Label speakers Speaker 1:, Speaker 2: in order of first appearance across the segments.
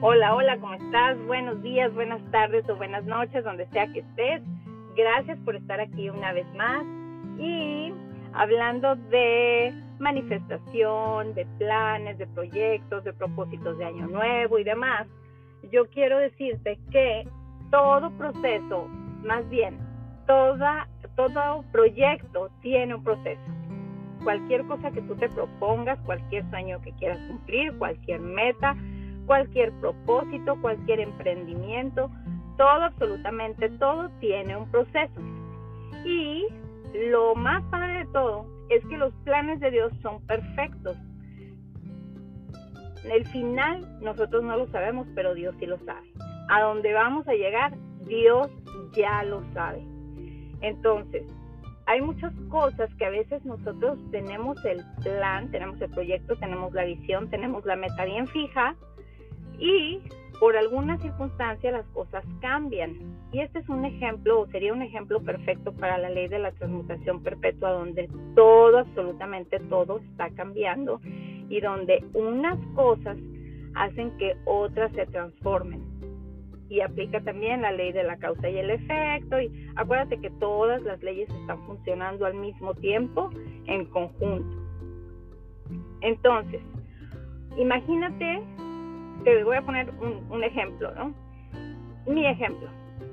Speaker 1: Hola, hola, ¿cómo estás? Buenos días, buenas tardes o buenas noches, donde sea que estés. Gracias por estar aquí una vez más. Y hablando de manifestación, de planes, de proyectos, de propósitos de año nuevo y demás, yo quiero decirte que todo proceso, más bien, todo proyecto tiene un proceso. Cualquier cosa que tú te propongas, cualquier sueño que quieras cumplir, cualquier meta, cualquier propósito, cualquier emprendimiento, todo, absolutamente todo tiene un proceso. Y lo más padre de todo es que los planes de Dios son perfectos. El final nosotros no lo sabemos, pero Dios sí lo sabe. A dónde vamos a llegar, Dios ya lo sabe. Entonces, hay muchas cosas que a veces nosotros tenemos el plan, tenemos el proyecto, tenemos la visión, tenemos la meta bien fija y por alguna circunstancia las cosas cambian. Y este es un ejemplo, o sería un ejemplo perfecto para la ley de la transmutación perpetua, donde todo, absolutamente todo está cambiando y donde unas cosas hacen que otras se transformen. Y aplica también la ley de la causa y el efecto, y acuérdate que todas las leyes están funcionando al mismo tiempo, en conjunto. Entonces, imagínate, te voy a poner un ejemplo, ¿no? Mi ejemplo.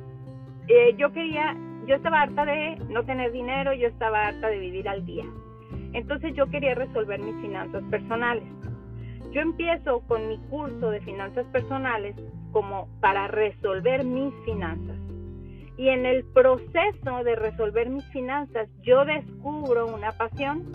Speaker 1: Yo estaba harta de no tener dinero, yo estaba harta de vivir al día. Entonces yo quería resolver mis finanzas personales. Yo empiezo con mi curso de finanzas personales como para resolver mis finanzas. Y en el proceso de resolver mis finanzas, yo descubro una pasión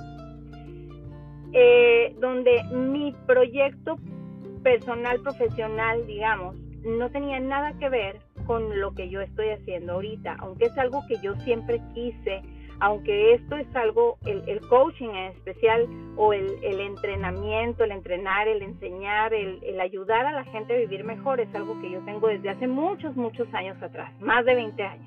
Speaker 1: donde mi proyecto personal, profesional, digamos, no tenía nada que ver con lo que yo estoy haciendo ahorita, aunque es algo que yo siempre quise, aunque esto es algo, el coaching en especial, o el entrenamiento, el entrenar, el enseñar, el ayudar a la gente a vivir mejor, es algo que yo tengo desde hace muchos años atrás, más de 20 años.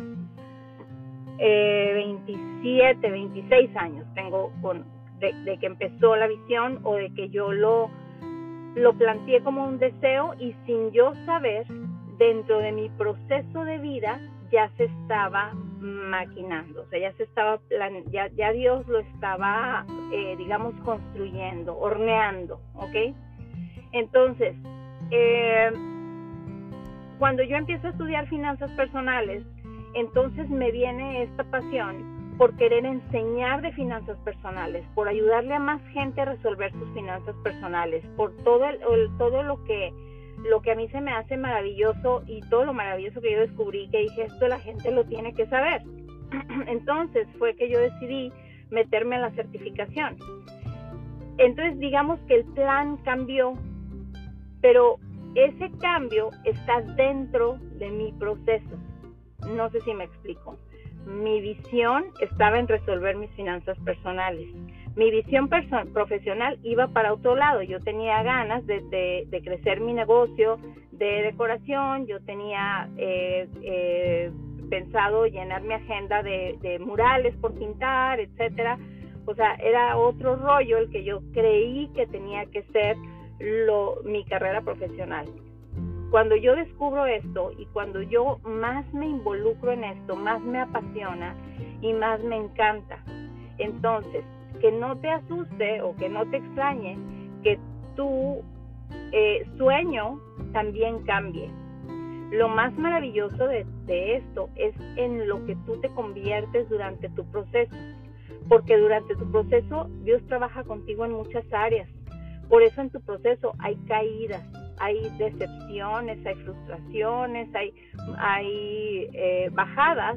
Speaker 1: 27, 26 años tengo de que empezó la visión, o de que yo lo planteé como un deseo, y sin yo saber, dentro de mi proceso de vida ya se estaba maquinando, o sea, ya se estaba ya Dios lo estaba, digamos, construyendo, horneando, ¿ok? Entonces, cuando yo empiezo a estudiar finanzas personales, entonces me viene esta pasión por querer enseñar de finanzas personales, por ayudarle a más gente a resolver sus finanzas personales, por todo lo que a mí se me hace maravilloso, y todo lo maravilloso que yo descubrí, que dije, esto la gente lo tiene que saber. Entonces fue que yo decidí meterme a la certificación. Entonces digamos que el plan cambió, pero ese cambio está dentro de mi proceso. No sé si me explico. Mi visión estaba en resolver mis finanzas personales. Mi visión profesional iba para otro lado. Yo tenía ganas de crecer mi negocio de decoración. Yo tenía pensado llenar mi agenda de murales por pintar, etcétera. O sea, era otro rollo el que yo creí que tenía que ser mi carrera profesional. Cuando yo descubro esto, y cuando yo más me involucro en esto, más me apasiona y más me encanta. Entonces, que no te asuste o que no te extrañe que tu sueño también cambie. Lo más maravilloso de esto es en lo que tú te conviertes durante tu proceso, porque durante tu proceso Dios trabaja contigo en muchas áreas. Por eso en tu proceso hay caídas, hay decepciones, hay frustraciones, hay bajadas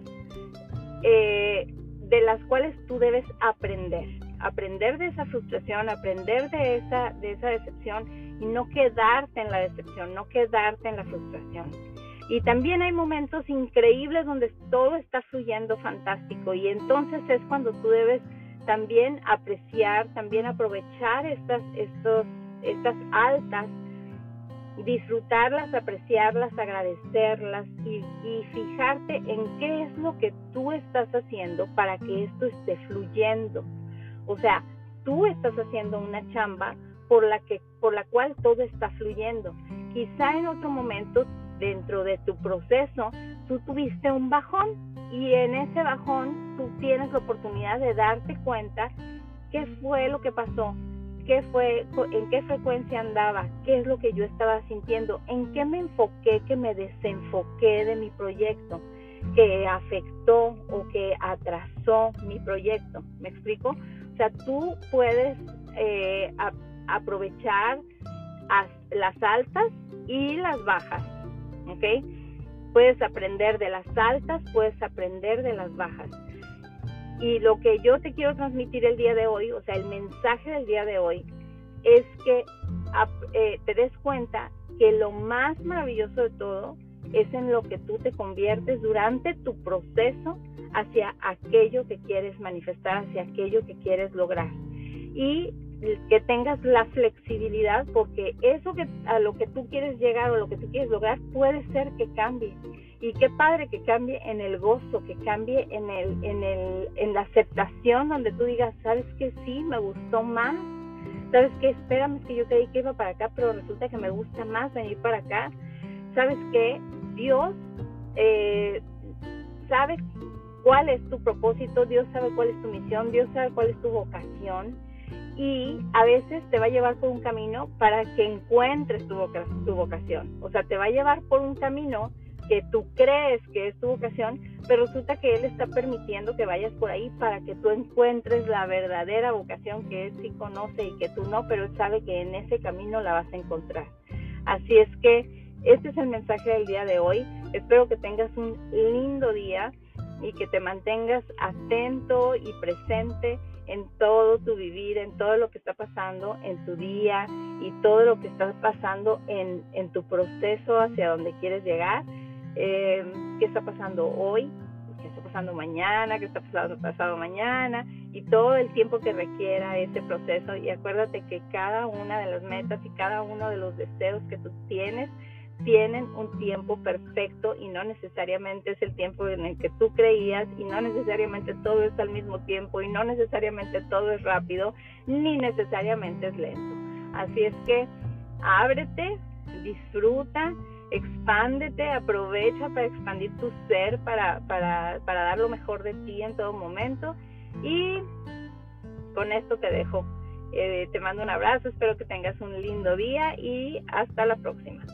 Speaker 1: de las cuales tú debes aprender de esa frustración, aprender de esa decepción, y no quedarte en la decepción, no quedarte en la frustración. Y también hay momentos increíbles donde todo está fluyendo fantástico, y entonces es cuando tú debes también apreciar, también aprovechar estas altas, disfrutarlas, apreciarlas, agradecerlas, y fijarte en qué es lo que tú estás haciendo para que esto esté fluyendo. O sea, tú estás haciendo una chamba por la cual todo está fluyendo. quizá en otro momento dentro de tu proceso tú tuviste un bajón, y en ese bajón tú tienes la oportunidad de darte cuenta qué fue lo que pasó, qué fue, en qué frecuencia andaba, qué es lo que yo estaba sintiendo, en qué me enfoqué, que me desenfoqué de mi proyecto, que afectó o que atrasó mi proyecto. ¿Me explico? O sea, tú puedes aprovechar las altas y las bajas, ¿ok? Puedes aprender de las altas, puedes aprender de las bajas. Y lo que yo te quiero transmitir el día de hoy, o sea, el mensaje del día de hoy, es que te des cuenta que lo más maravilloso de todo es en lo que tú te conviertes durante tu proceso hacia aquello que quieres manifestar, hacia aquello que quieres lograr. Y que tengas la flexibilidad, porque eso a lo que tú quieres llegar o lo que tú quieres lograr puede ser que cambie. Y qué padre que cambie en el gozo, que cambie en la aceptación, donde tú digas, ¿sabes qué? Sí, me gustó más. ¿Sabes qué? Espérame, que yo creí que iba para acá, pero resulta que me gusta más venir para acá. ¿Sabes qué? Dios sabe cuál es tu propósito, Dios sabe cuál es tu misión, Dios sabe cuál es tu vocación, y a veces te va a llevar por un camino para que encuentres tu vocación. O sea, te va a llevar por un camino que tú crees que es tu vocación, pero resulta que Él está permitiendo que vayas por ahí para que tú encuentres la verdadera vocación que Él sí conoce y que tú no, pero Él sabe que en ese camino la vas a encontrar. Así es que este es el mensaje del día de hoy. Espero que tengas un lindo día y que te mantengas atento y presente en todo tu vivir, en todo lo que está pasando en tu día y todo lo que está pasando en tu proceso hacia donde quieres llegar. Qué está pasando hoy, qué está pasando mañana, qué está pasado mañana, y todo el tiempo que requiera ese proceso. Y acuérdate que cada una de las metas y cada uno de los deseos que tú tienes tienen un tiempo perfecto, y no necesariamente es el tiempo en el que tú creías, y no necesariamente todo es al mismo tiempo, y no necesariamente todo es rápido, ni necesariamente es lento. Así es que ábrete, disfruta, expándete, aprovecha para expandir tu ser, para dar lo mejor de ti en todo momento. Y con esto te dejo. Te mando un abrazo, espero que tengas un lindo día y hasta la próxima.